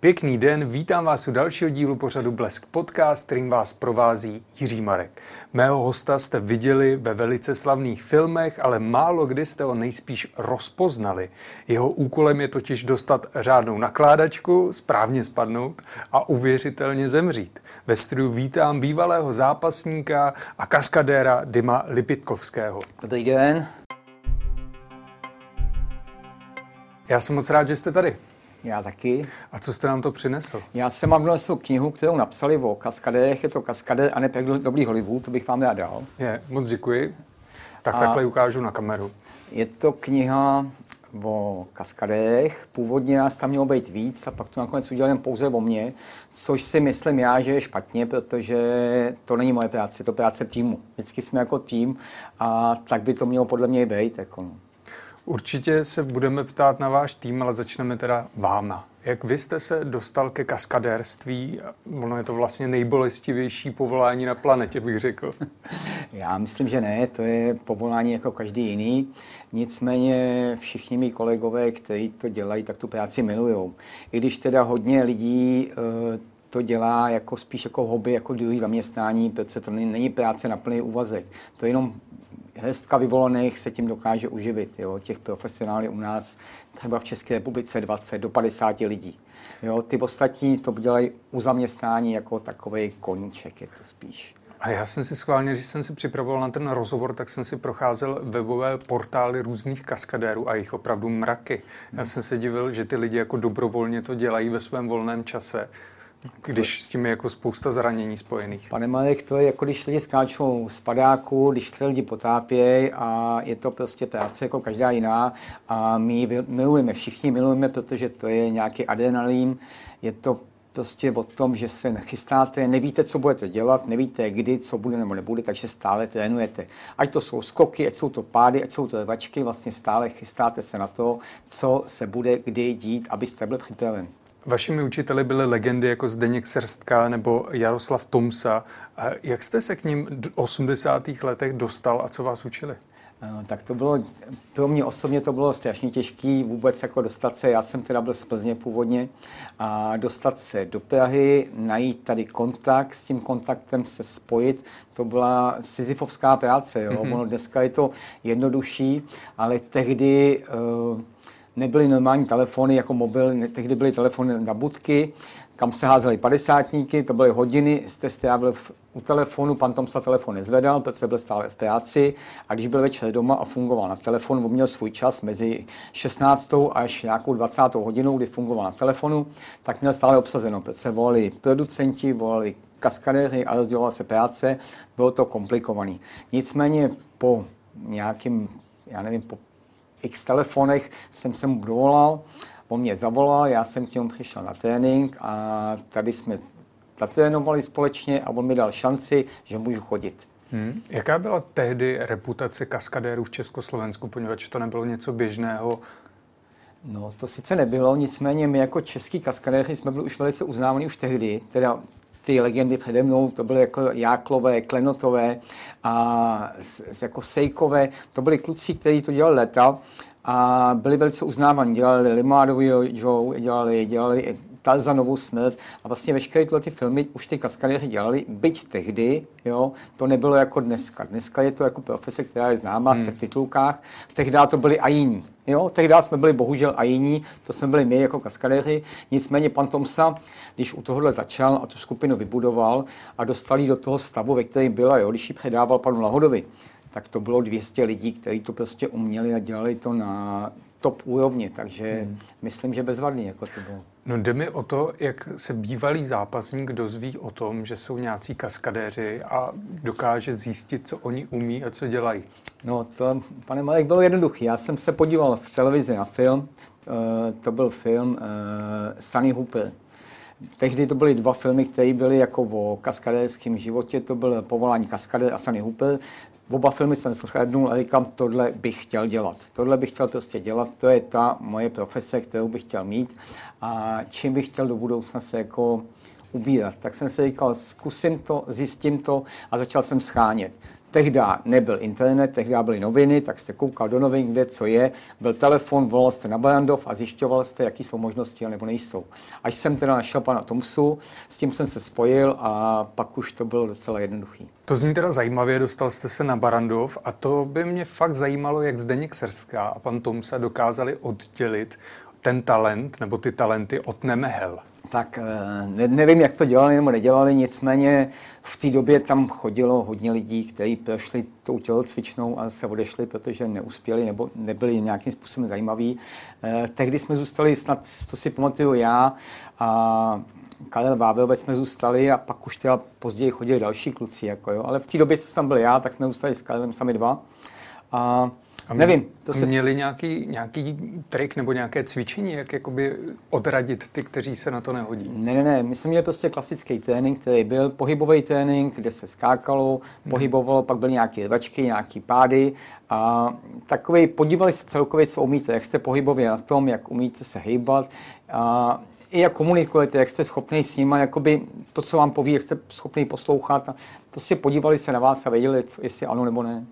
Pěkný den, vítám vás u dalšího dílu pořadu Blesk Podcast, kterým vás provází Jiří Marek. Mého hosta jste viděli ve velice slavných filmech, ale málo kdy jste ho nejspíš rozpoznali. Jeho úkolem je totiž dostat řádnou nakládačku, správně spadnout a uvěřitelně zemřít. Ve studiu vítám bývalého zápasníka a kaskadéra Dima Lipitkovského. Dobrý den. Já jsem moc rád, že jste tady. Já taky. A co jste nám to přinesl? Já jsem vám donesl knihu, kterou napsali o kaskadérech. Je to Kaskadér a nepěk dobrý Hollywood, to bych vám rád dal. Moc děkuji. Tak takhle ukážu na kameru. Je to kniha o kaskadérech. Původně nás tam mělo být víc a pak to nakonec udělali pouze o mně, což si myslím já, že je špatně, protože to není moje práce, je to práce týmu. Vždycky jsme jako tým a tak by to mělo podle mě být. Určitě se budeme ptát na váš tým, ale začneme teda váma. Jak vy jste se dostal ke kaskadérství? Ono je to vlastně nejbolestivější povolání na planetě, bych řekl. Já myslím, že ne, to je povolání jako každý jiný. Nicméně všichni mý kolegové, kteří to dělají, tak tu práci milujou. I když teda hodně lidí to dělá jako spíš jako hobby, jako druhý zaměstnání, protože to není práce na plný úvazek. To je jenom hrstka vyvolených se tím dokáže uživit. Jo? Těch profesionálů u nás třeba v České republice 20 do 50 lidí. Jo? Ty ostatní to dělají u zaměstnání jako takovej koníček, je to spíš. A já jsem si schválně, když jsem si připravoval na ten rozhovor, tak jsem si procházel webové portály různých kaskadérů a jich opravdu mraky. Já jsem se divil, že ty lidi jako dobrovolně to dělají ve svém volném čase, když s tím je jako spousta zranění spojených. Pane Marek, to je jako když lidi skáčou z padáku, když se lidi potápějí a je to prostě práce jako každá jiná a my ji milujeme, všichni milujeme, protože to je nějaký adrenalin, je to prostě o tom, že se nachystáte, nevíte, co budete dělat, nevíte kdy, co bude nebo nebude, takže stále trénujete. Ať to jsou skoky, ať jsou to pády, ať jsou to rvačky, vlastně stále chystáte se na to, co se bude kdy dít, abyste byli připraven. Vašimi učiteli byly legendy jako Zdeněk Srstka nebo Jaroslav Tomsa. A jak jste se k ním v 80. letech dostal a co vás učili? Tak to bylo, pro mě osobně to bylo strašně těžké vůbec jako dostat se, já jsem teda byl z Plzně původně, a dostat se do Prahy, najít tady kontakt, s tím kontaktem se spojit, to byla sisyfovská práce, jo? Ono dneska je to jednodušší, ale tehdy nebyly normální telefony jako mobil, tehdy byly telefony na budky, kam se házely padesátníky, to byly hodiny, jste strávili u telefonu, pan Tomsa telefon nezvedal, protože byl stále v práci a když byl večer doma a fungoval na telefonu, měl svůj čas mezi 16. až nějakou 20. hodinou, kdy fungoval na telefonu, tak měl stále obsazeno, protože volali producenti, volali kaskadéři a rozdělovala se práce, bylo to komplikovaný. Nicméně po nějakým, po x telefonech jsem se mu dovolal, on mě zavolal, já jsem k němu přišel na trénink a tady jsme zatrénovali společně a on mi dal šanci, že můžu chodit. Jaká byla tehdy reputace kaskadérů v Československu, poněvadž to nebylo něco běžného? No, to sice nebylo, nicméně my jako český kaskadéři jsme byli už velice uznávaní už tehdy, teda ty legendy přede mnou, to byly jako Jáklové, Klenotové a jako Sejkové, to byli kluci, kteří to dělali léta a byli velice uznávaní. Dělali Limádový Joe, dělali Tarzanovou smrt a vlastně veškeré tyhle ty filmy už ty kaskadéři dělali, byť tehdy, jo, to nebylo jako dneska. Dneska je to jako profese, která je známá, jste v titulkách, tehdy to byli a jiní. Jo, tehdy jsme byli bohužel a jiní, to jsme byli my jako kaskadéři, nicméně pan Tomsa, když u tohohle začal a tu skupinu vybudoval a dostal ji do toho stavu, ve kterém byla, jo, když ji předával panu Lahodovi, tak to bylo 200 lidí, kteří to prostě uměli a dělali to na top úrovni, takže myslím, že bezvadný jako to bylo. No jde mi o to, jak se bývalý zápasník dozví o tom, že jsou nějací kaskadéři a dokáže zjistit, co oni umí a co dělají. No to, pane Marek, bylo jednoduché. Já jsem se podíval v televizi na film, to byl film Sunny Hooper. Tehdy to byly dva filmy, které byly jako o kaskadérském životě, to byl Povolání kaskadér a Sunny Hooper. Oba filmy jsem shlédnul a říkám, tohle bych chtěl dělat. Tohle bych chtěl prostě dělat, to je ta moje profese, kterou bych chtěl mít a čím bych chtěl do budoucna se jako ubírat. Tak jsem si říkal, zkusím to, zjistím to a začal jsem schánět. Tehdy nebyl internet, tehdy byly noviny, tak jste koukal do novin, kde co je, byl telefon, volal jste na Barrandov a zjišťoval jste, jaký jsou možnosti, nebo nejsou. Až jsem teda našel pana Tomsu, s tím jsem se spojil a pak už to bylo docela jednoduchý. To zní teda zajímavě, dostal jste se na Barrandov a to by mě fakt zajímalo, jak Zdeněk Srská a pan Tomsa dokázali oddělit ten talent nebo ty talenty od nemehel. Tak nevím, jak to dělali nebo nedělali, nicméně v té době tam chodilo hodně lidí, kteří prošli tou tělocvičnou a se odešli, protože neuspěli nebo nebyli nějakým způsobem zajímaví. Tehdy jsme zůstali, snad to si pamatuju já a Karel Vávelovec jsme zůstali a pak už teda později chodili další kluci. Jako jo. Ale v té době, co tam byl já, tak jsme zůstali s Karelem sami dva. A nevím. Měli nějaký trik nebo nějaké cvičení, jak jakoby odradit ty, kteří se na to nehodí? Ne. My jsme měli prostě klasický trénink, který byl pohybový trénink, kde se skákalo, pohybovalo, pak byly nějaké rvačky, nějaké pády a takový podívali se celkově, co umíte, jak jste pohybově na tom, jak umíte se hejbat a i jak komunikujete, jak jste schopný s nima, jakoby to, co vám poví, jak jste schopný poslouchat. A prostě podívali se na vás a věděli, jestli ano nebo ne.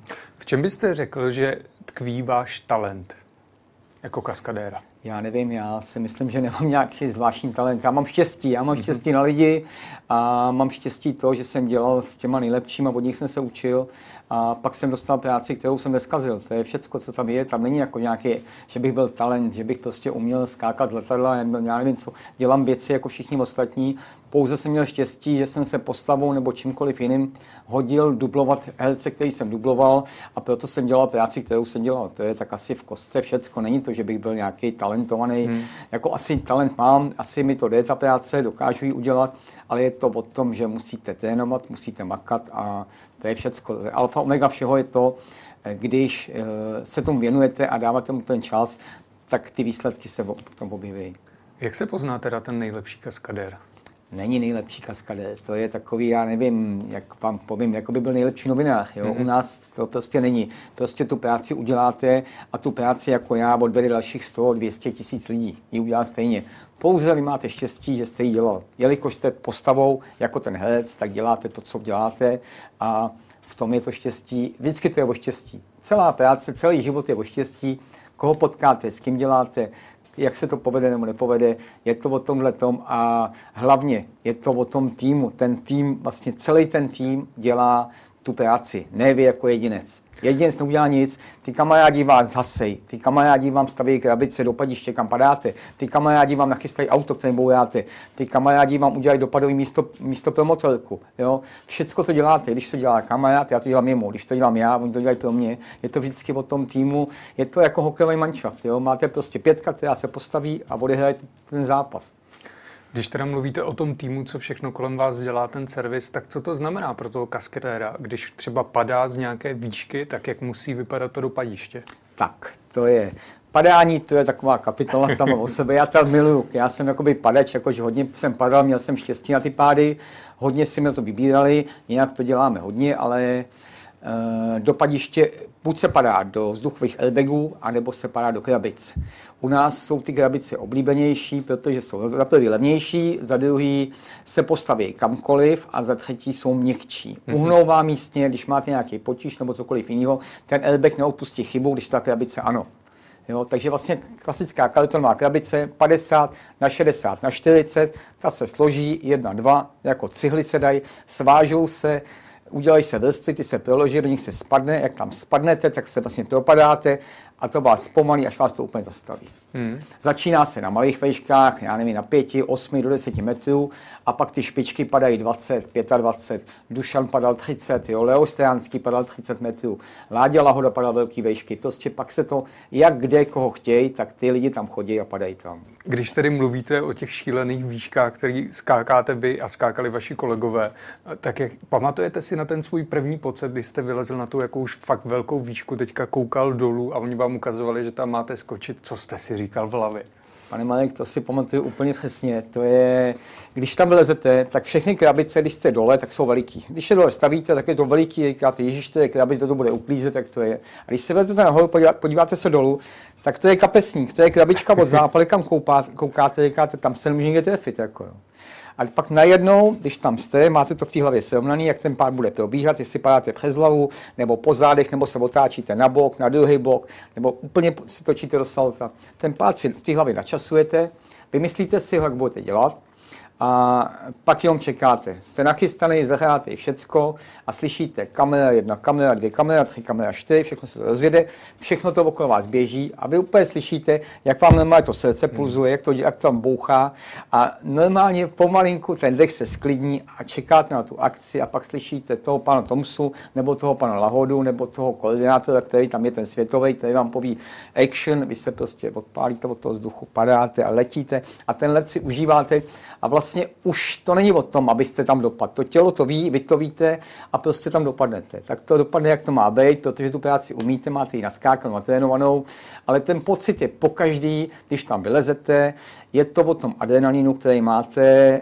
V čem byste řekl, že tkví váš talent jako kaskadéra? Já nevím, já si myslím, že nemám nějaký zvláštní talent. Já mám štěstí na lidi a mám štěstí to, že jsem dělal s těma nejlepšíma, od nich jsem se učil a pak jsem dostal práci, kterou jsem neskazil. To je všecko, co tam je. Tam není jako nějaký, že bych byl talent, že bych prostě uměl skákat z letadla, já nevím co. Dělám věci jako všichni ostatní. Pouze jsem měl štěstí, že jsem se postavou nebo čímkoliv jiným hodil dublovat herce, který jsem dubloval a proto jsem dělal práci, kterou jsem dělal. To je tak asi v kostce všecko. Není to, že bych byl nějaký talentovaný. Jako asi talent mám, asi mi to jde ta práce, dokážu ji udělat, ale je to o tom, že musíte trénovat, musíte makat a to je všecko. Alfa omega všeho je to, když se tomu věnujete a dáváte mu ten čas, tak ty výsledky se potom objeví. Jak se pozná teda ten nejlepší kaskadér? Není nejlepší kaskadér, to je takový, já nevím, jak vám povím, jako by byl nejlepší novinář. Jo? U nás to prostě není. Prostě tu práci uděláte a tu práci jako já odvede dalších 100-200 tisíc lidí. Ji udělá stejně. Pouze vy máte štěstí, že jste ji dělal. Jelikož jste postavou jako ten herec, tak děláte to, co děláte a v tom je to štěstí. Vždycky to je o štěstí. Celá práce, celý život je o štěstí. Koho potkáte, s kým děláte, jak se to povede nebo nepovede, je to o tomhletom a hlavně je to o tom týmu. Ten tým, vlastně celý ten tým dělá tu práci, ne vy jako jedinec. Jedinec neudělá nic, ty kamarádi vás zhasej, ty kamarádi vám staví krabice do padiště, kam padáte, ty kamarádi vám nachystají auto, které bouráte, ty kamarádi vám udělají dopadový místo pro motorku. Jo? Všecko to děláte, když to dělá kamarád, já to dělám jemu, když to dělám já, oni to dělají pro mě. Je to vždycky o tom týmu, je to jako hokejový manšaft. Jo? Máte prostě 5, která se postaví a odehraje ten zápas. Když teda mluvíte o tom týmu, co všechno kolem vás dělá ten servis, tak co to znamená pro toho kaskadéra, když třeba padá z nějaké výšky, tak jak musí vypadat to dopadiště? Tak, to je padání, to je taková kapitola sama o sebe. Já to miluju. Já jsem jakoby padač, jakože hodně jsem padal, měl jsem štěstí na ty pády, hodně si mi to vybírali, jinak to děláme hodně, ale dopadiště buď se padá do vzduchových airbagů, anebo se padá do krabic. U nás jsou ty krabice oblíbenější, protože jsou za prvý levnější, za druhý se postaví kamkoliv a za třetí jsou měkčí. Uhnou vám místně, když máte nějaký potíž nebo cokoliv jiného, ten airbag neodpustí chybu, když ta krabice ano. Jo, takže vlastně klasická kartonová krabice 50 na 60 na 40, ta se složí 1, 2, jako cihly se dají, svážou se, udělají se vrstvy, ty se proloží, do nich se spadne, jak tam spadnete, tak se vlastně propadáte a to vás zpomalí, až vás to úplně zastaví. Začíná se na malých vejškách, já nevím, na 5, 8 do 10 metrů a pak ty špičky padají 20, 25, Dušan padal 30, jo, Leo Stránský padal 30 metrů, Láďa Lahoda padal velký vejšky, prostě pak se to, jak kde koho chtějí, tak ty lidi tam chodí a padají tam. Když tedy mluvíte o těch šílených výškách, který skákáte vy a skákali vaši kolegové, tak jak pamatujete si na ten svůj první pocit, když jste vylezl na tu jakou už fakt velkou výšku, teďka koukal dolů a oni vám ukazovali, že tam máte skočit, co jste si říkal v hlavě? Pane Marek, to si pamatuju úplně přesně. To je, když tam vylezete, tak všechny krabice, když jste dole, tak jsou veliký. Když se dole stavíte, tak je to veliký, říkáte, ježiš, to je krabice, to bude uklízet, tak to je. A když se vylezete nahoru, podíváte se dolů, tak to je kapesník, to je krabička od zápaly, kam koukáte, říkáte, tam se nemůže nikde trefit. Jako. A pak najednou, když tam jste, máte to v té hlavě srovnaný, jak ten pád bude probíhat, jestli padáte přes hlavu, nebo po zádech, nebo se otáčíte na bok, na druhý bok, nebo úplně si točíte do salta. Ten pád si v té hlavě načasujete, vymyslíte si ho, jak budete dělat, a pak jenom čekáte. Jste nachystaný, zahráte všecko a slyšíte kamera 1, kamera 2, kamera 3, kamera 4, všechno se to rozjede, všechno to okolo vás běží a vy úplně slyšíte, jak vám normálně to srdce pulzuje, jak to tam bouchá a normálně pomalinku ten dech se sklidní a čekáte na tu akci a pak slyšíte toho pana Tomsu, nebo toho pana Lahodu, nebo toho koordinátora, který tam je ten světový, který vám poví action, vy se prostě odpálíte od toho vzduchu, padáte a letíte a ten let si užíváte a vlastně už to není o tom, abyste tam dopadl. To tělo to ví, vy to víte a prostě tam dopadnete. Tak to dopadne, jak to má být, protože tu práci umíte, máte ji naskákanou, natrénovanou, ale ten pocit je pokaždý, když tam vylezete, je to o tom adrenalinu, který máte,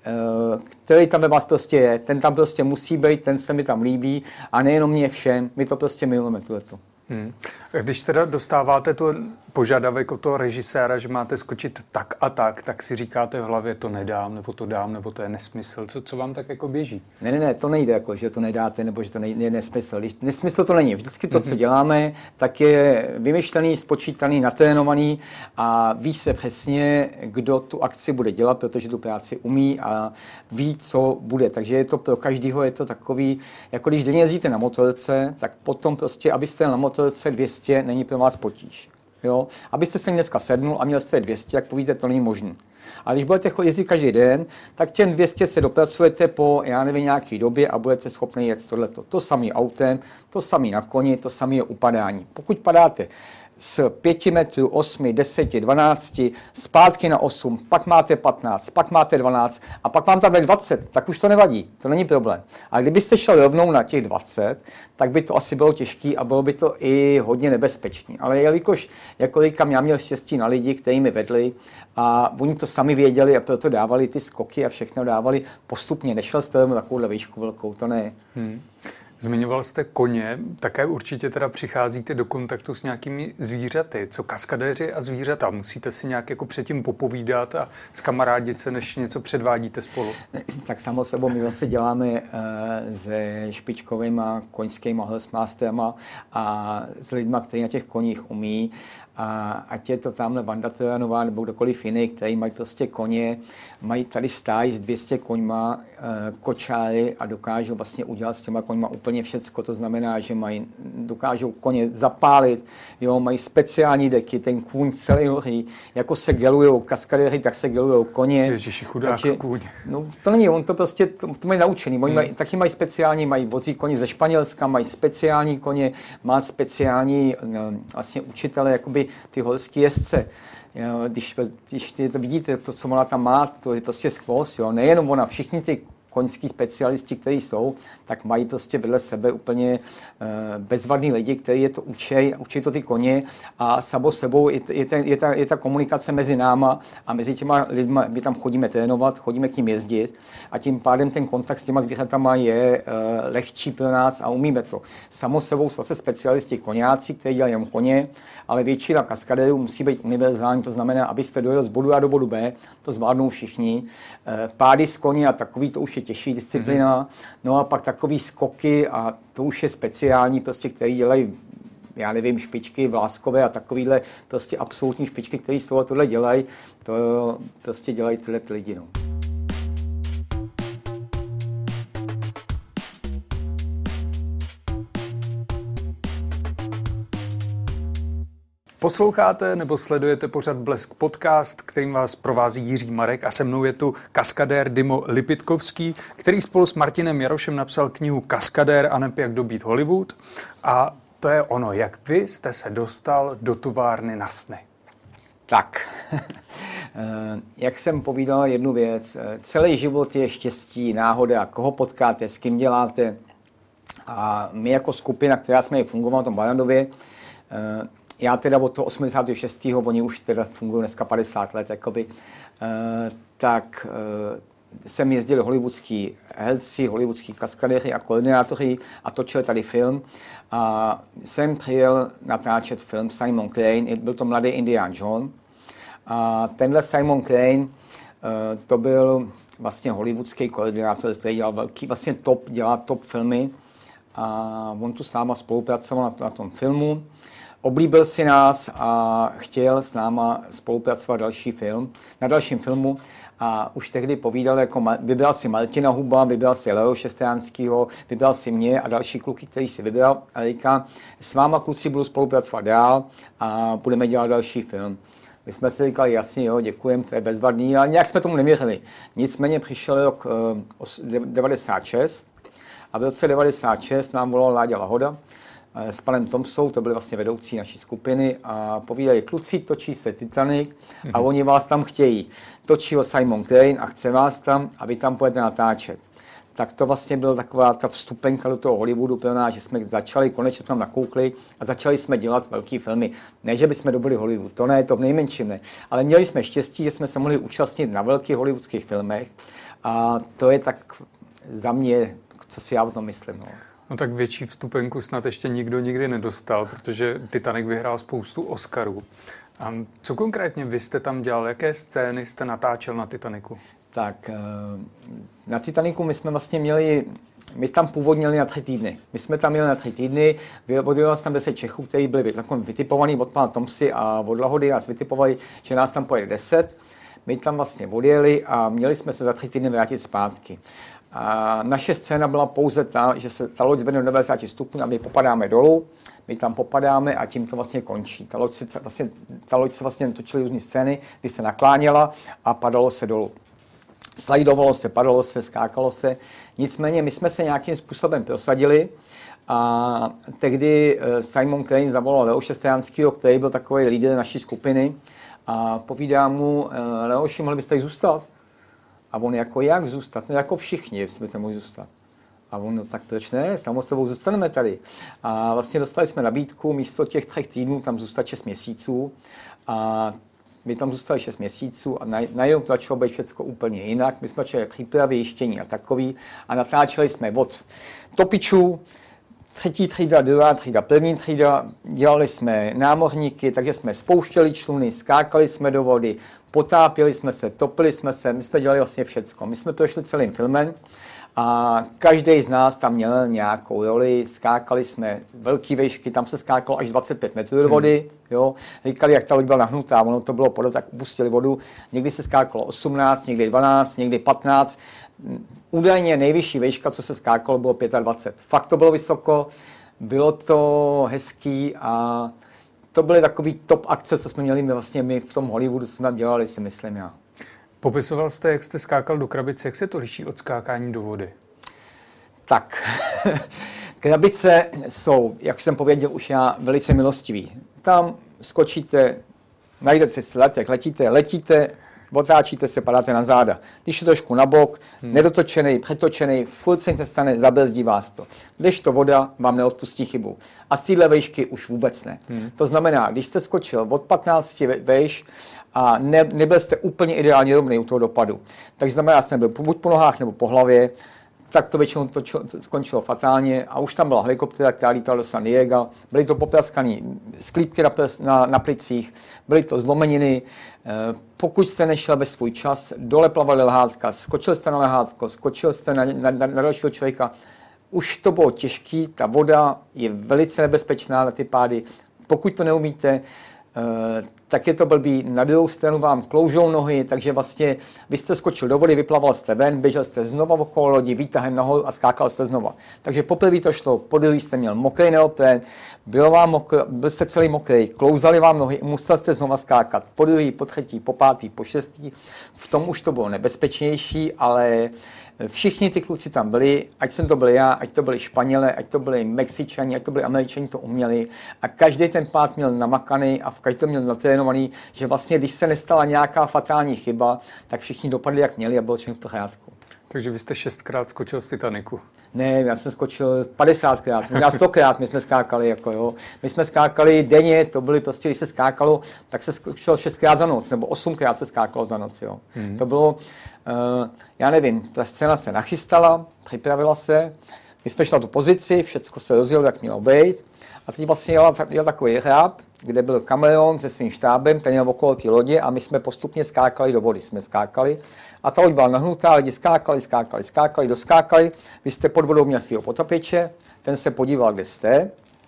který tam ve vás prostě je, ten tam prostě musí být, ten se mi tam líbí a nejenom mě všem, my to prostě milujeme tuhleto. Když teda dostáváte tu požadavek od toho režiséra, že máte skočit tak a tak si říkáte v hlavě, to nedám, nebo to dám, nebo to je nesmysl. Co vám tak jako běží? Ne, to nejde, jako, že to nedáte, nebo že to je nesmysl. Nesmysl to není. Vždycky to, co děláme, tak je vymyšlený, spočítaný, natrénovaný a ví se přesně, kdo tu akci bude dělat, protože tu práci umí a ví, co bude. Takže je to pro každého, je to takový, jako když denně jezdíte na motorce, tak potom prostě, abyste na motorce 200, není pro vás potíž. Jo? Abyste se dneska sednul a měl jste 200, jak povíte, to není možné. Ale když budete jezdit každý den, tak těm 200 se dopracujete po, já nevím, nějaké době a budete schopni jet tohleto. To samý autem, to samý na koni, to samý je upadání. Pokud padáte z 5 metrů, 8, 10, 12, zpátky na 8, pak máte 15, pak máte 12 a pak vám tam je 20, tak už to nevadí, to není problém. A kdybyste šel rovnou na těch 20, tak by to asi bylo těžké a bylo by to i hodně nebezpečné. Ale jelikož, jako říkám, já měl štěstí na lidi, kteří mi vedli a oni to sami věděli a proto dávali ty skoky a všechno dávali postupně. Nešel jste na takovouhle výšku velkou, to ne. Zmiňoval jste koně, také určitě teda přicházíte do kontaktu s nějakými zvířaty. Co kaskadéři a zvířata? Musíte si nějak jako předtím popovídat a zkamarádit se, než něco předvádíte spolu? Tak samo sebou my zase děláme se špičkovýma koňskýma horsemasterama a s lidma, kteří na těch koních umí. A ať je to tamhle Vanda Teranová nebo kdokoliv jiný, který mají prostě koně, mají tady stáj s 200 koňma, kočáry a dokážou vlastně udělat s těma koňma úplně všecko. To znamená, že dokážou koně zapálit, jo, mají speciální deky, ten kůň celý hoří, jako se gelujou kaskadéři, tak se gelujou koně. Ježiši, chudák kůň. No, to není, on to prostě, to mají naučený. Oni taky mají speciální, mají vozí koně ze Španělska, mají speciální koně, má speciální vlastně učitele, jakoby ty horský jezdce. Jo, když to vidíte, to, co ona tam má, to je prostě skvost, jo. Nejenom ona, všichni ty koňský specialisti, kteří jsou, tak mají prostě vedle sebe úplně bezvadný lidi, kteří je to učí to ty koně a samo sebou je ta komunikace mezi náma a mezi těma lidma, my tam chodíme trénovat, chodíme k ním jezdit a tím pádem ten kontakt s těma zvířatama je lehčí pro nás a umíme to. Samo sebou jsou zase specialisti koňáci, kteří dělají jenom koně, ale většina kaskadérů musí být univerzální, to znamená, abyste dojeli z bodu A do bodu B, to zvládnou všichni. Pády z koně a takový, to už je těžší disciplína, no a pak takový skoky a to už je speciální, prostě, který dělají, já nevím, špičky vláskové a takovýhle prostě absolutní špičky, který z toho tohle dělají, to prostě dělají tyhle lidi, no. Posloucháte nebo sledujete pořad Blesk podcast, kterým vás provází Jiří Marek a se mnou je tu kaskadér Dimo Lipitkovský, který spolu s Martinem Jarošem napsal knihu Kaskadér aneb jak dobít Hollywood. A to je ono, jak vy jste se dostal do továrny na sny. Tak, jak jsem povídal jednu věc, celý život je štěstí, náhoda, koho potkáte, s kým děláte. A my jako skupina, která jsme fungovali v tom Barrandově, já teda od toho 86. oni už teda fungují dneska 50 let, jakoby, tak jsem jezdil hollywoodský herci, hollywoodský kaskadéři a koordinátoři a točil tady film. A jsem přijel natáčet film Simon Crane, byl to mladý Indiana Jones. A tenhle Simon Crane, to byl vlastně hollywoodský koordinátor, který dělal velký, vlastně dělá top filmy a on tu s náma spolupracoval na tom filmu. Oblíbil si nás a chtěl s náma spolupracovat na dalším filmu a už tehdy povídal, jako vybral si Martina Huba, vybral si Leo Šestránskýho, vybral si mě a další kluky, který si vybral a říká, s váma kluci budu spolupracovat dál a budeme dělat další film. My jsme si říkali, jasně, jo, děkujem, to je bezvadný, ale nějak jsme tomu nevěřili. Nicméně přišel rok 96 a v roce 96 nám volal Láďa Lahoda s panem Tomsou, to byli vlastně vedoucí naší skupiny a povídali, kluci, točí se Titanic a oni vás tam chtějí. Točí ho Simon Crane a chce vás tam a vy tam půjdete natáčet. Tak to vlastně byla taková ta vstupenka do toho Hollywoodu pro nás, že jsme začali, konečně tam nakoukli a začali jsme dělat velké filmy. Ne, že bychom dobili Hollywood, to ne, to v nejmenším ne. Ale měli jsme štěstí, že jsme se mohli účastnit na velkých hollywoodských filmech a to je tak za mě, co si já o tom myslím. No. No tak větší vstupenku snad ještě nikdo nikdy nedostal, protože Titanic vyhrál spoustu Oscarů. A co konkrétně vy jste tam dělal? Jaké scény jste natáčel na Titanicu? Tak na Titanicu my jsme vlastně my tam původně měli na 3 týdny. My jsme tam měli na 3 týdny, odjelo tam 10 Čechů, kteří byli vytipovaní od pana Tomsy a od Lahody, nás vytipovali, že nás tam pojede 10. My tam vlastně odjeli a měli jsme se za 3 týdny vrátit zpátky. A naše scéna byla pouze ta, že se ta loď zvedne do 90 stupňů a my popadáme dolů, my tam popadáme a tím to vlastně končí. Ta loď se vlastně točily různé scény, kdy se nakláněla a padalo se dolů. Slajdovalo se, padalo se, skákalo se. Nicméně my jsme se nějakým způsobem prosadili a tehdy Simon Crane zavolal Leo Šestránskýho, který byl takový lídr naší skupiny a povídá mu, Leoši, mohli byste zůstat? A on jako, jak zůstat? No jako všichni jsme tam mohli zůstat. A on, no tak proč ne? Samo sebou zůstaneme tady. A vlastně dostali jsme nabídku místo těch 3 týdnů tam zůstat 6 měsíců. A my tam zůstali 6 měsíců a najednou to začalo být všechno úplně jinak. My jsme začali přípravy, jištění a takový. A natáčeli jsme od topičů, 3. třída, 2. třída, 1. třída, dělali jsme námořníky, takže jsme spouštěli čluny, skákali jsme do vody, potápěli jsme se, topili jsme se, my jsme dělali vlastně všecko. My jsme prošli celým filmem a každý z nás tam měl nějakou roli, skákali jsme velký výšky, tam se skákalo až 25 metrů do vody, jo. Říkali, jak ta loď byla nahnutá, ono to bylo podle, tak upustili vodu, někdy se skákalo 18, někdy 12, někdy 15, údajně nejvyšší výška, co se skákalo, bylo 25. Fakt to bylo vysoko, bylo to hezký a to byly takový top akce, co jsme měli my v tom Hollywoodu, co jsme dělali, si myslím já. Popisoval jste, jak jste skákal do krabice. Jak se to liší od skákání do vody? Tak, krabice jsou, jak jsem pověděl už já, velice milostivý. Tam skočíte, najdete si let, jak letíte, otáčíte se, padáte na záda. Když je trošku na bok, nedotočený, přetočený, furt se nestane, zabrzdí vás to. Kdežto voda vám neodpustí chybu. A z téhle vejšky už vůbec ne. To znamená, když jste skočil od 15 vejš a nebyl jste úplně ideálně rovný u toho dopadu, takže znamená, že jste nebyl buď po nohách nebo po hlavě, tak to většinou skončilo fatálně a už tam byla helikoptéra, která lítala do San Diego, byly to popraskané sklípky na plicích, byly to zlomeniny, pokud jste nešel ve svůj čas, dole plavaly lehátka, skočil jste na lehátko, skočil jste na dalšího člověka, už to bylo těžký, ta voda je velice nebezpečná na ty pády, pokud to neumíte, tak je to blbý. Na druhou stranu vám kloužou nohy, takže vlastně vy jste skočil do vody, vyplaval jste ven, běžel jste znova okolo lodi, výtahem nahoru a skákal jste znova. Takže poprvé to šlo, podruhé jste měl mokrý neopren, byl jste celý mokrý, klouzali vám nohy, musel jste znova skákat. Podruhé, po třetí, po pátý, po šestý. V tom už to bylo nebezpečnější, ale všichni ty kluci tam byli, ať jsem to byl já, ať to byli Španělé, ať to byli Mexičani, ať to byli Američani, to uměli a každý ten pád měl namakaný a v každém měl natrénovaný, že vlastně, když se nestala nějaká fatální chyba, tak všichni dopadli, jak měli a bylo všechno v pořádku. Takže vy jste 6krát skočil z Titanicu. Ne, já jsem skočil 50krát, možná 100krát my jsme skákali, jako jo. My jsme skákali denně, to byly prostě, když se skákalo, tak se skočilo 6krát za noc, nebo 8krát se skákalo za noc, jo. To bylo, já nevím, ta scéna se nachystala, připravila se, my jsme šli na tu pozici, všecko se rozjelo, jak mělo být. A teď vlastně jel takový hráb, kde byl Cameron se svým štábem, ten jel okolo té lodě a my jsme postupně skákali do vody. Jsme skákali a ta loď byla nahnutá, lidi skákali, doskákali, vy jste pod vodou měl svého potopiče, ten se podíval, kde jste.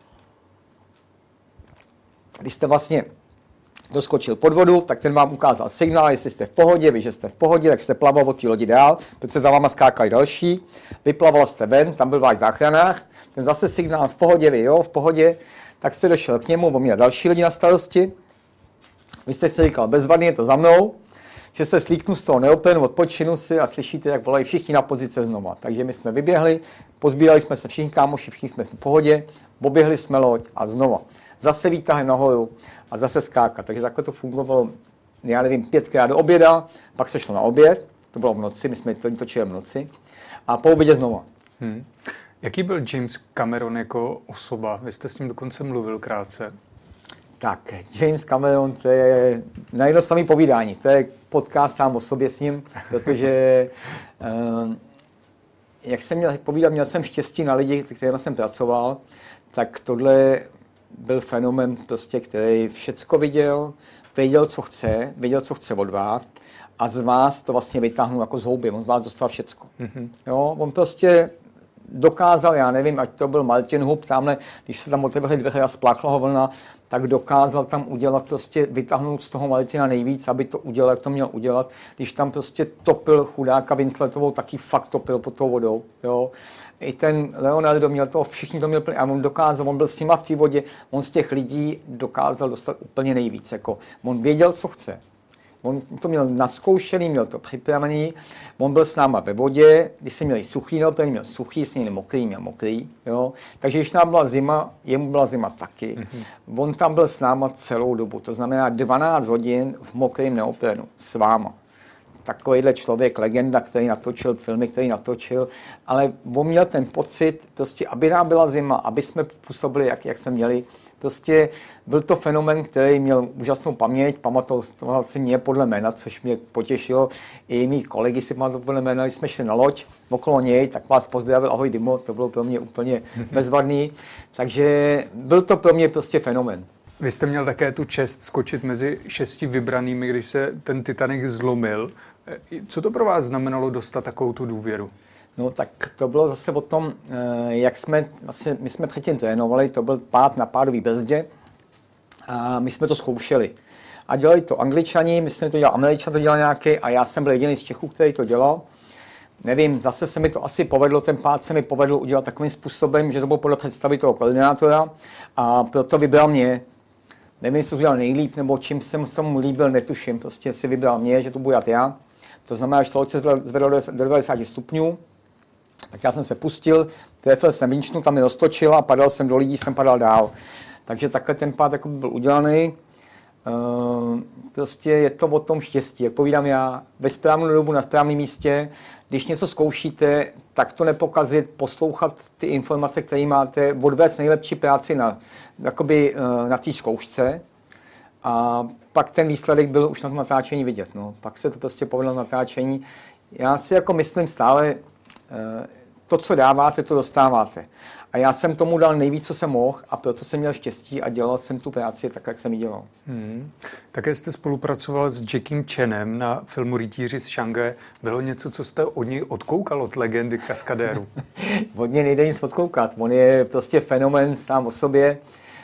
Když jste vlastně doskočil pod vodu, tak ten vám ukázal signál, jestli jste v pohodě, vy, že jste v pohodě, tak jste plaval od té lodi dál, protože za váma skákali další, vyplaval jste ven, tam byl váš záchranář, ten zase signál v pohodě, vy jo, v pohodě, tak jste došel k němu, on měl další lidi na starosti, vy jste si říkal, bezvadný je to za mnou, že se slíknu z toho neoprenu, odpočinu si a slyšíte, jak volají všichni na pozice znova. Takže my jsme vyběhli, pozbírali jsme se všichni kámoši, všichni jsme v pohodě, oběhli jsme loď a znova. Zase výtahy nahoru a zase skákat. Takže takhle to fungovalo, já nevím, 5krát do oběda, pak se šlo na oběd, to bylo v noci, my jsme to točili v noci, a po obědě znova. Jaký byl James Cameron jako osoba? Vy jste s ním dokonce mluvil krátce. Tak, James Cameron, to je na jedno samé povídání, to je podcast sám o sobě s ním, protože jak jsem měl povídat, měl jsem štěstí na lidi, se kterými jsem pracoval, tak tohle byl fenomén, prostě, který všecko viděl, věděl, co chce od vás a z vás to vlastně vytáhnul jako z houby, on z vás dostal všecko. Jo, on prostě dokázal, já nevím, ať to byl Martin Hub, tamhle, když se tam otevřely dveře a spláchla ho vlna, tak dokázal tam udělat, prostě vytáhnout z toho Martina nejvíc, aby to udělal, jak to měl udělat. Když tam prostě topil chudáka Winsletovou, taky fakt topil pod tou vodou. Jo. I ten Leonardo měl to, všichni to měl plně, a on dokázal, on byl s nima v té vodě, on z těch lidí dokázal dostat úplně nejvíc. Jako, on věděl, co chce. On to měl naskoušený, měl to připravený, on byl s náma ve vodě, když jsme měli suchý neopren, měl suchý, jsme měli mokrý, měl mokrý, jo. Takže když nám byla zima, jemu byla zima taky. On tam byl s náma celou dobu, to znamená 12 hodin v mokrém neoprenu s váma. Takovýhle člověk, legenda, který natočil filmy, který natočil, ale on měl ten pocit, prostě, aby nám byla zima, aby jsme působili, jak jsme měli. Prostě byl to fenomén, který měl úžasnou paměť, pamatoval si mě podle jména, což mě potěšilo. I mý kolegy si pamatoval podle jména, když jsme šli na loď okolo něj, tak vás pozdravil, ahoj Dimo, to bylo pro mě úplně bezvadný. Takže byl to pro mě prostě fenomén. Vy jste měl také tu čest skočit mezi 6 vybranými, když se ten Titanic zlomil. Co to pro vás znamenalo dostat takovou tu důvěru? No tak to bylo zase o tom, jak jsme, vlastně, my jsme předtím trénovali, to byl pád na pádový brzdě a my jsme to zkoušeli. A dělali to Angličani, myslím, že to dělal Američan, to dělal nějaký, a já jsem byl jediný z Čechů, který to dělal. Nevím, zase se mi to asi povedlo, ten pád se mi povedl udělat takovým způsobem, že to bylo podle představy toho koordinátora a proto vybral mě. Nevím, jestli to udělal nejlíp, nebo čím jsem mu líbil, netuším, prostě si vybral mě, že to budu dělat já. To znamená, že to se zvedlo do 90 stupňů. Tak já jsem se pustil, trefil jsem vinčnu, tam mi roztočila, padal jsem do lidí, jsem padal dál. Takže takhle ten pád jako byl udělaný. Prostě je to o tom štěstí. Jak povídám já, ve správnou dobu na správném místě, když něco zkoušíte, tak to nepokazit, poslouchat ty informace, které máte, odvést nejlepší práci na té zkoušce. A pak ten výsledek byl už na tom natáčení vidět. No. Pak se to prostě povedlo na natáčení. Já si jako myslím stále, to, co dáváte, to dostáváte. A já jsem tomu dal nejvíc, co jsem mohl, a proto jsem měl štěstí a dělal jsem tu práci tak, jak jsem ji dělal. Také jste spolupracoval s Jackiem Chanem na filmu Rytíři z Šangaje. Bylo něco, co jste od něj odkoukal, od legendy kaskadéru? Od něj nejde nic odkoukat. On je prostě fenomén sám o sobě,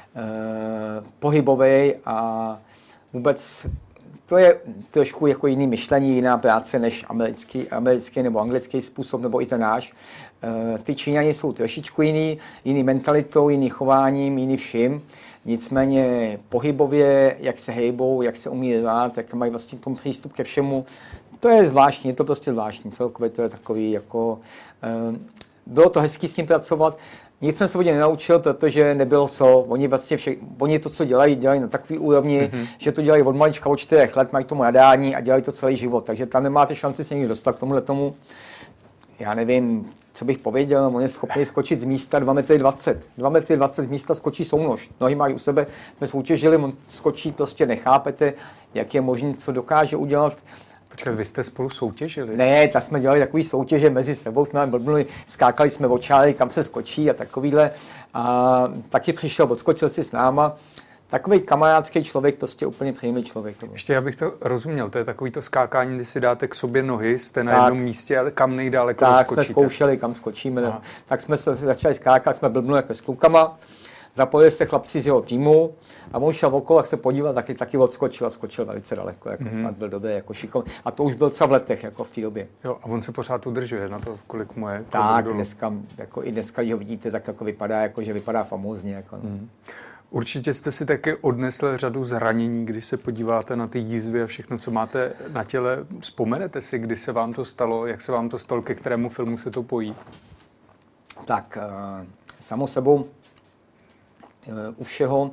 pohybový a vůbec to je trošku jako jiný myšlení, jiná práce než americký nebo anglický způsob, nebo i ten náš. Ty Číňani jsou trošičku jiný mentalitou, jiný chováním, jiný vším. Nicméně pohybově, jak se hejbou, jak se umí rvát, jak mají vlastně k tomu přístup ke všemu, to je zvláštní, je to prostě zvláštní. Celkově to je takový jako... Bylo to hezký s tím pracovat. Nic jsem se vodě nenaučil, protože nebylo co. Oni to, co dělají na takový úrovni, že to dělají od malička, od 4 let, mají tomu nadání a dělají to celý život. Takže tam nemáte šanci se někdy dostat k tomu. Já nevím, co bych pověděl, on je schopný skočit z místa 2,20 m. 2,20 m z místa skočí sounož. Nohy mají u sebe, jsme soutěžili, on skočí, prostě nechápete, jak je možné, co dokáže udělat. Počkej, vy jste spolu soutěžili? Ne, tak jsme dělali takový soutěže mezi sebou, jsme blbnuli, skákali jsme očáry, kam se skočí a takovýhle. A taky přišel, odskočil si s náma. Takový kamarádský člověk, prostě úplně příjemný člověk. Ještě abych to rozuměl, to je takový to skákání, kdy si dáte k sobě nohy, jste na jednom místě a kam nejdáleko skočíte. Tak jsme zkoušeli, kam skočíme. Aha. Tak jsme se začali skákat, jsme blbnuli jako s klukama, zapojili se chlapci z jeho týmu a on šel okolo, jak se podíval, taky odskočil a skočil velice daleko. Jako, byl dobrý, jako šikovný. A to už byl třeba v letech, jako v té době. Jo, a on se pořád udržuje na to, kolik mu je. Tak, dneska, jako i dneska, když ho vidíte, tak jako vypadá, jako, že vypadá famózně. Jako. Určitě jste si taky odnesl řadu zranění, když se podíváte na ty jízvy a všechno, co máte na těle. Vzpomenete si, kdy se vám to stalo, jak se vám to stalo, ke kterému filmu se to pojí? Tak, samo sebou u všeho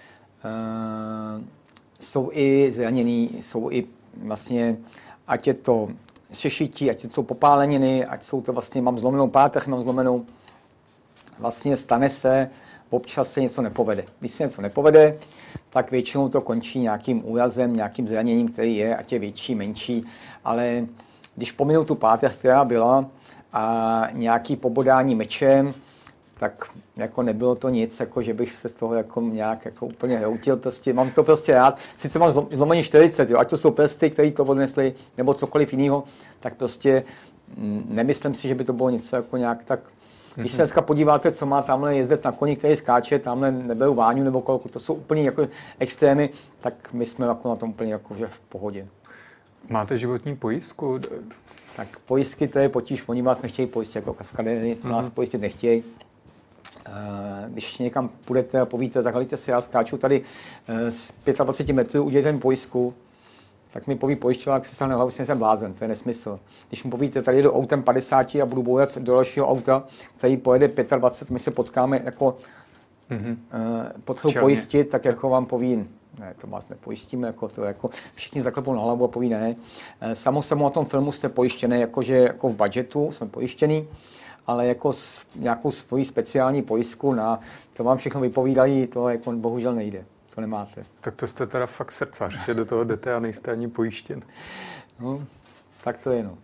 jsou i zranění, jsou i vlastně, ať je to sešití, ať jsou popáleniny, ať jsou to vlastně, mám zlomenou páteř, mám zlomenou, vlastně stane se, občas se něco nepovede. Když se něco nepovede, tak většinou to končí nějakým úrazem, nějakým zraněním, který je, ať je větší, menší, ale když pominu tu páteř, která byla, a nějaký pobodání mečem, tak jako nebylo to nic, jako že bych se z toho jako nějak jako úplně hroutil, prostě mám to prostě rád. Sice mám zlomení 40, jo, ať to jsou prsty, které to odnesly, nebo cokoliv jiného, tak prostě nemyslím si, že by to bylo něco jako nějak tak. Když se dneska podíváte, co má tamhle jezdec na koni, který skáče, tamhle neberu Váňu nebo kolku, to jsou úplně jako extrémy, tak my jsme jako na tom úplně jako že v pohodě. Máte životní pojistku? Tak pojistky, to je potíž, oni vás nechtějí pojistit jako kaskadéry, nás pojistit nechtějí. Když někam půjdete a povíte, tak hledajte si, já skáču tady z 25 metrů, udělejte mi pojistku, tak mi poví pojišťovák, se stane hlavu, jsem blázen, to je nesmysl. Když mu povíte, tady jedu autem 50 a budu bourat do dalšího auta, který pojede 25, my se potkáme jako potřebuji pojistit, tak jako vám poví, ne, to vás nepojistíme, jako to jako všichni zaklepou na hlavu a poví ne. Samo o tom filmu jste pojištěný, jakože jako v budžetu jsme pojištěný, ale jako s nějakou svoji speciální pojistku na to vám všechno vypovídají, to jako bohužel nejde. To nemáte. Tak to jste teda fakt srdcař, že do toho jdete a nejste ani pojištěn. No, tak to je, no.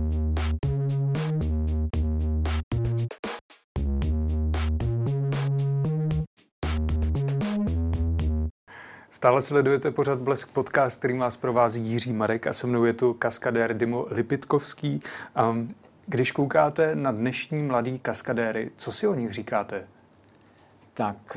Stále sledujete pořad Blesk podcast, který vás provází Jiří Marek a se mnou je tu kaskadér Dimo Lipitkovský. Když koukáte na dnešní mladý kaskadéry, co si o nich říkáte? Tak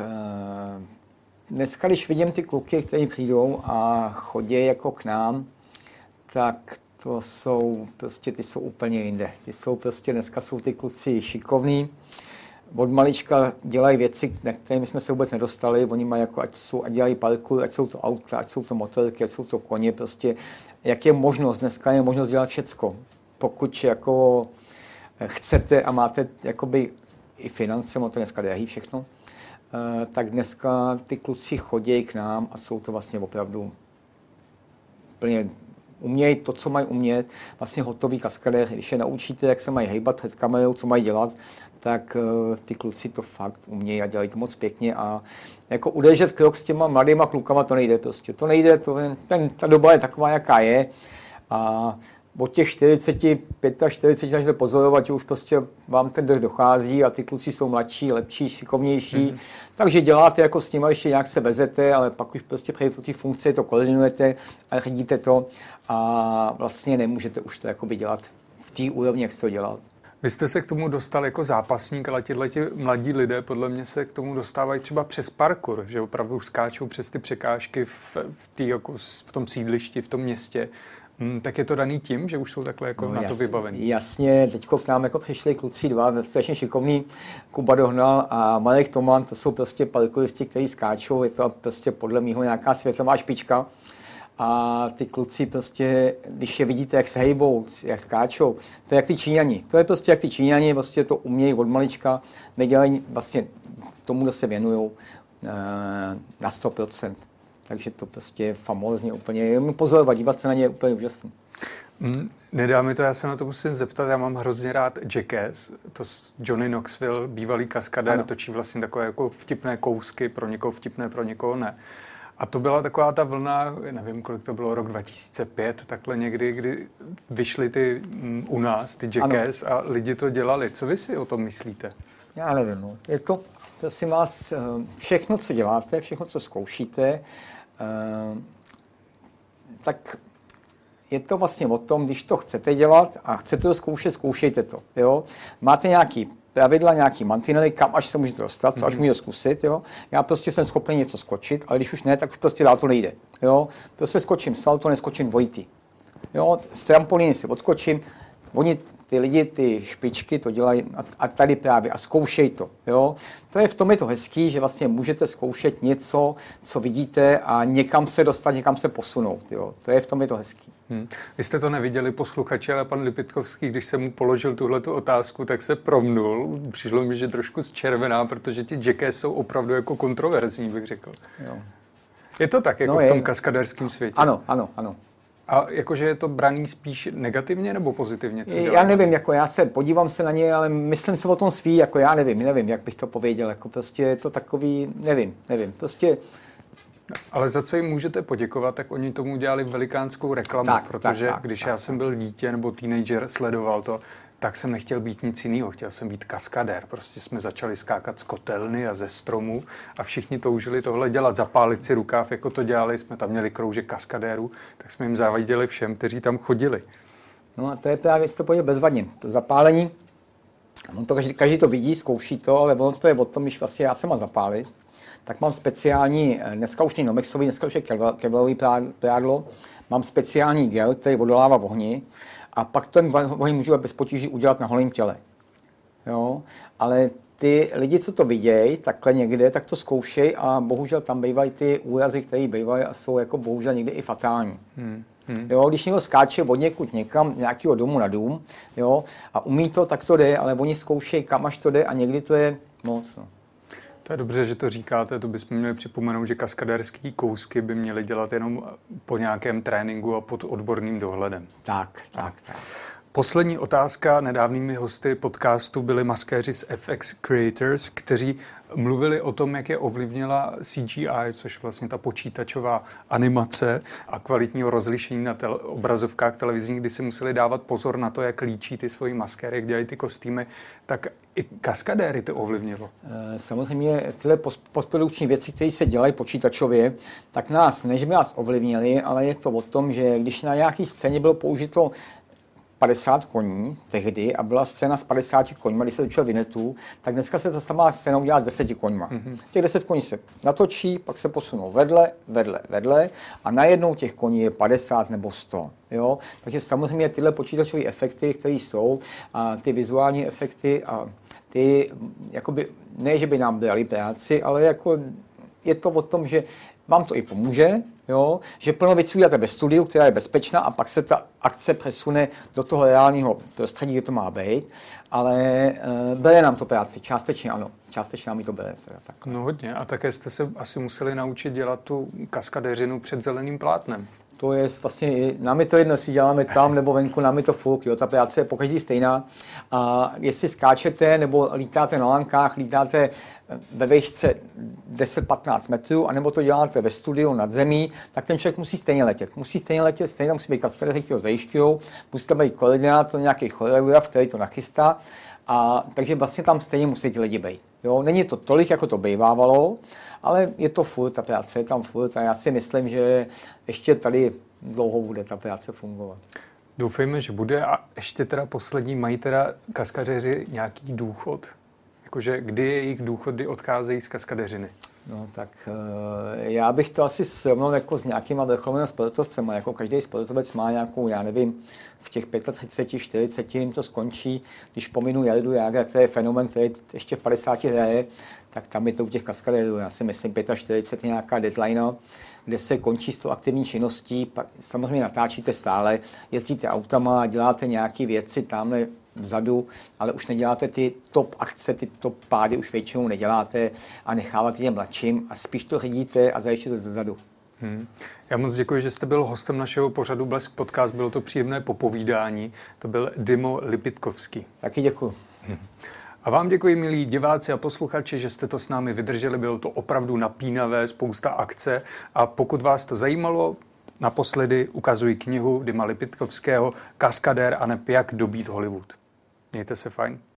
dneska, když vidím ty kluky, kteří přijdou a chodí jako k nám, tak to jsou prostě, ty jsou úplně jinde. Ty jsou prostě, dneska jsou ty kluci šikovní. Od malička dělají věci, na které jsme se vůbec nedostali. Oni mají jako, ať dělají parkour, ať jsou to auta, ať jsou to motorky, ať jsou to koně. Prostě, jak je možnost, dneska je možnost dělat všecko. Pokud jako chcete a máte jakoby i finance, to dneska drahý všechno, tak dneska ty kluci chodí k nám a jsou to vlastně opravdu úplně umějí to, co mají umět, vlastně hotový kaskadéři. Když je naučíte, jak se mají hejbat před kamerou, co mají dělat, tak ty kluci to fakt umějí a dělají to moc pěkně a jako udržet krok s těma mladýma klukama to nejde prostě. To nejde, ta doba je taková, jaká je a od těch 40, 45 začnete pozorovat, že už prostě vám ten dech dochází a ty kluci jsou mladší, lepší, šikovnější. Takže děláte jako s nimi, ještě nějak se vezete, ale pak už prostě přejdete do té funkce, to koordinujete a řídíte to a vlastně nemůžete už to jakoby dělat v té úrovni, jak jste to dělal. Vy jste se k tomu dostal jako zápasník, ale těhleti mladí lidé podle mě se k tomu dostávají třeba přes parkour, že opravdu skáčou přes ty překážky v tom sídlišti, v tom městě. Tak je to daný tím, že už jsou takhle jako na to vybavení? Jasně, teďko k nám jako přišli kluci dva, strašně šikovní, Kuba Dohnal a Marek Toman, to jsou prostě parkouristi, kteří skáčou, je to prostě podle mýho nějaká světová špička. A ty kluci prostě, když je vidíte, jak se hejbou, jak skáčou, to je jak ty Číňani. To je prostě jak ty Číňani, prostě to umějí od malička, nedělají vlastně tomu, kdo se věnují na 100%. Takže to prostě je famózně úplně, pozorovat, dívat se na ně je úplně úžasný. Nedá mi to, já se na to musím zeptat, já mám hrozně rád Jackass, to Johnny Knoxville, bývalý kaskadér, točí vlastně takové jako vtipné kousky, pro někoho vtipné, pro někoho ne. A to byla taková ta vlna, nevím, kolik to bylo, rok 2005, takhle někdy, kdy vyšly ty u nás, ty Jackass a lidi to dělali. Co vy si o tom myslíte? Já nevím, no. Je to Prosím vás, všechno, co děláte, všechno, co zkoušíte, tak je to vlastně o tom, když to chcete dělat a chcete to zkoušet, zkoušejte to. Jo? Máte nějaký pravidla, nějaký mantinely, kam až se můžete dostat, co až můžete zkusit. Jo? Já prostě jsem schopný něco skočit, ale když už ne, tak už prostě dál to nejde. Jo? Prostě skočím salto, neskočím dvojitý. Jo? Z trampolíny si odskočím, oni ty lidi, ty špičky to dělají a tady právě a zkoušej to. Jo? To je v tom je to hezký, že vlastně můžete zkoušet něco, co vidíte a někam se dostat, někam se posunout. Jo? To je v tom je to hezký. Vy jste to neviděli, posluchači, ale pan Lipitkovský, když jsem mu položil tuhletu otázku, tak se promnul. Přišlo mi, že trošku zčervená, protože ti jackass jsou opravdu jako kontroverzní, bych řekl. Jo. Je to tak, jako v tom kaskadérském světě? Ano. A jakože je to braný spíš negativně nebo pozitivně? Já nevím, jako podívám se na ně, ale myslím si o tom svý, jako já nevím, jak bych to pověděl, jako prostě je to takový, nevím, prostě. Ale za co jim můžete poděkovat, tak oni tomu dělali velikánskou reklamu, protože když já jsem byl dítě nebo teenager, sledoval to, tak jsem nechtěl být nic jiného, chtěl jsem být kaskadér. Prostě jsme začali skákat z kotelny a ze stromu a všichni toužili tohle dělat, zapálit si rukáv, jako to dělali, jsme tam měli kroužek kaskadérů, tak jsme jim záviděli všem, kteří tam chodili. No a to je právě, jestli to pojde bezvadně, to zapálení, to každý to vidí, zkouší to, ale ono to je o tom, když vlastně já se mám zapálit, tak mám speciální, dneska už není Nomexový, dneska už je kevlarový prádlo, mám speciální gel, který odolává ohni a pak ten oheň můžu bez potíží udělat na holém těle. Jo? Ale ty lidi, co to vidějí takhle někde, tak to zkoušej a bohužel tam bývají ty úrazy, které bývají a jsou jako bohužel někdy i fatální. Jo, když někdo skáče od někud někam, nějakého domu na dům, jo, a umí to, tak to jde, ale oni zkoušejí, kam až to jde a někdy to je moc. No. To je dobře, že to říkáte, to bychom měli připomenout, že kaskadérský kousky by měly dělat jenom po nějakém tréninku a pod odborným dohledem. Tak. Poslední otázka. Nedávnými hosty podcastu byli maskéři z FX Creators, kteří mluvili o tom, jak je ovlivnila CGI, což vlastně ta počítačová animace a kvalitního rozlišení na obrazovkách televizních, kdy si museli dávat pozor na to, jak líčí ty svoji maskéry, jak dělají ty kostýmy, tak i kaskadéry to ovlivnilo. Samozřejmě tyhle postprodukční věci, které se dělají počítačově, tak než by nás ovlivnili, ale je to o tom, že když na nějaké scéně bylo použito 50 koní tehdy a byla scéna s 50 koňma, když se točil Vinetu, tak dneska se ta samá scéna udělá s 10 koňma. Těch 10 koní se natočí, pak se posunou vedle a najednou těch koní je 50 nebo 100. Jo? Takže samozřejmě tyhle počítačové efekty, které jsou, a ty vizuální efekty a ty, jakoby, ne, že by nám dali práci, ale jako je to o tom, že vám to i pomůže, jo? Že plno věcí uděláte ve studiu, která je bezpečná a pak se ta akce přesune do toho reálního prostředí, kde to má být, ale bere nám to práci, částečně ano, částečně nám to bere. Teda, no hodně a také jste se asi museli naučit dělat tu kaskadéřinu před zeleným plátnem. To je vlastně, nám je to jedno, jestli děláme tam nebo venku, nám je to fuk, jo, ta práce je pokaždý stejná. A jestli skáčete nebo lítáte na lankách, lítáte ve výšce 10-15 metrů, anebo to děláte ve studiu nad zemí, tak ten člověk musí stejně letět. Stejně musí být kaskadéři, kteří ho zajišťují, musí tam být koordinátor, nějaký choreograf, který to nachystá. A takže vlastně tam stejně musí ty lidi být. Jo? Není to tolik, jako to bývávalo, ale je to furt, ta práce je tam furt a já si myslím, že ještě tady dlouho bude ta práce fungovat. Doufejme, že bude a ještě teda poslední, mají teda kaskadeři nějaký důchod? Jakože kdy je jejich důchod, kdy odcházejí z kaskadeřiny? No tak já bych to asi srovnal jako s nějakýma vrcholovými sportovcema, jako každý sportovec má nějakou, já nevím, v těch 35, 40 jim to skončí, když pominu Jardu Jágra, který je fenomén, který ještě v 50 hraje, tak tam je to u těch kaskadérů, já si myslím 45 je nějaká deadline, kde se končí s tou aktivní činností, pak samozřejmě natáčíte stále, jezdíte autama, děláte nějaké věci tamhle vzadu, ale už neděláte ty top akce, ty top pády už většinou neděláte a necháváte těm mladším a spíš to řídíte a zajištíte zezadu. Já moc děkuji, že jste byl hostem našeho pořadu Blesk Podcast, bylo to příjemné popovídání, to byl Dimo Lipitkovský. Taky děkuji. A vám děkuji, milí diváci a posluchači, že jste to s námi vydrželi, bylo to opravdu napínavé, spousta akce a pokud vás to zajímalo, naposledy ukazuji knihu Dima Lipitkovského Kaskadér a neb jak dobít Hollywood. Mějte se fajn.